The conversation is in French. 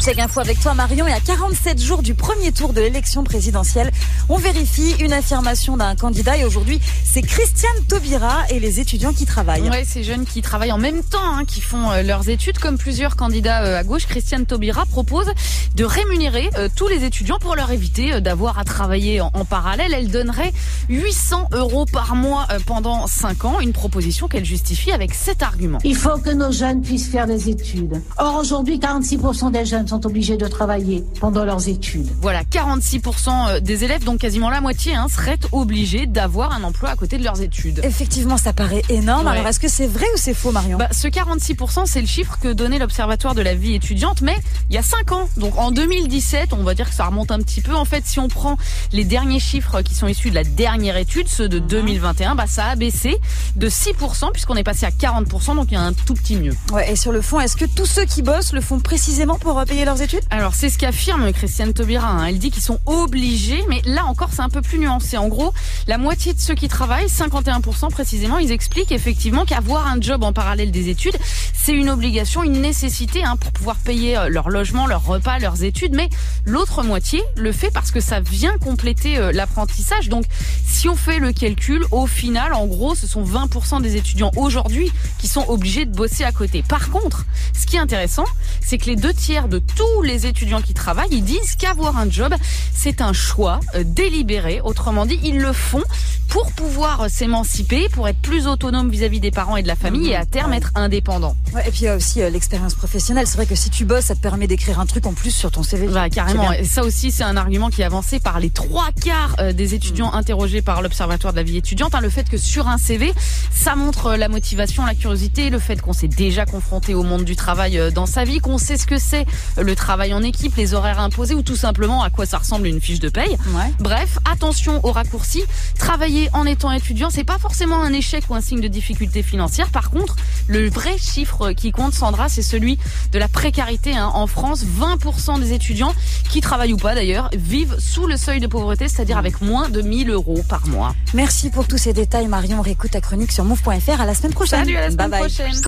Check Info avec toi Marion, et à 47 jours du premier tour de l'élection présidentielle, on vérifie une affirmation d'un candidat et aujourd'hui c'est Christiane Taubira et les étudiants qui travaillent. Ouais, ces jeunes qui travaillent en même temps, qui font leurs études. Comme plusieurs candidats à gauche, Christiane Taubira propose de rémunérer tous les étudiants pour leur éviter d'avoir à travailler en parallèle. Elle donnerait 800 € par mois pendant 5 ans, une proposition qu'elle justifie avec cet argument. Il faut que nos jeunes puissent faire des études. Or aujourd'hui, 46% des jeunes sont obligés de travailler pendant leurs études. Voilà, 46% des élèves, donc quasiment la moitié, seraient obligés d'avoir un emploi à côté de leurs études. Effectivement, ça paraît énorme. Ouais. Alors, est-ce que c'est vrai ou c'est faux, Marion ? Ce 46%, c'est le chiffre que donnait l'Observatoire de la vie étudiante, mais il y a 5 ans. Donc en 2017, on va dire que ça remonte un petit peu. En fait, si on prend les derniers chiffres qui sont issus de la dernière étude, ceux de 2021, ça a baissé de 6%, puisqu'on est passé à 40%, donc il y a un tout petit mieux. Ouais, et sur le fond, est-ce que tous ceux qui bossent le font précisément pour payer leurs études ? Alors, c'est ce qu'affirme Christiane Taubira. Elle dit qu'ils sont obligés, mais là encore, c'est un peu plus nuancé. En gros, la moitié de ceux qui travaillent, 51% précisément, ils expliquent effectivement qu'avoir un job en parallèle des études, c'est une obligation, une nécessité pour pouvoir payer leur logement, leur repas, leurs études. Mais l'autre moitié le fait parce que ça vient compléter l'apprentissage. Donc, si on fait le calcul, au final, en gros, ce sont 20% des étudiants aujourd'hui qui sont obligés de bosser à côté. Par contre, ce qui est intéressant, c'est que les 2/3 de tous les étudiants qui travaillent, ils disent qu'avoir un job, c'est un choix délibéré. Autrement dit, ils le font pour pouvoir s'émanciper, pour être plus autonome vis-à-vis des parents et de la famille et à terme être indépendant. Ouais, et puis il y a aussi l'expérience professionnelle. C'est vrai que si tu bosses, ça te permet d'écrire un truc en plus sur ton CV. Carrément. Et ça aussi, c'est un argument qui est avancé par les 3/4 des étudiants interrogés par l'Observatoire de la vie étudiante. Le fait que sur un CV, ça montre la motivation, la curiosité, le fait qu'on s'est déjà confronté au monde du travail dans sa vie, qu'on sait ce que c'est le travail en équipe, les horaires imposés ou tout simplement à quoi ça ressemble une fiche de paye. Ouais. Bref, attention aux raccourcis. Travailler en étant étudiant, c'est pas forcément un échec ou un signe de difficulté financière. Par contre, le vrai chiffre qui compte, Sandra, c'est celui de la précarité. En France, 20% des étudiants, qui travaillent ou pas d'ailleurs, vivent sous le seuil de pauvreté, c'est-à-dire avec moins de 1 000 € par mois. Merci pour tous ces détails, Marion. On réécoute ta chronique sur move.fr. À la semaine prochaine. Salut, à la semaine prochaine.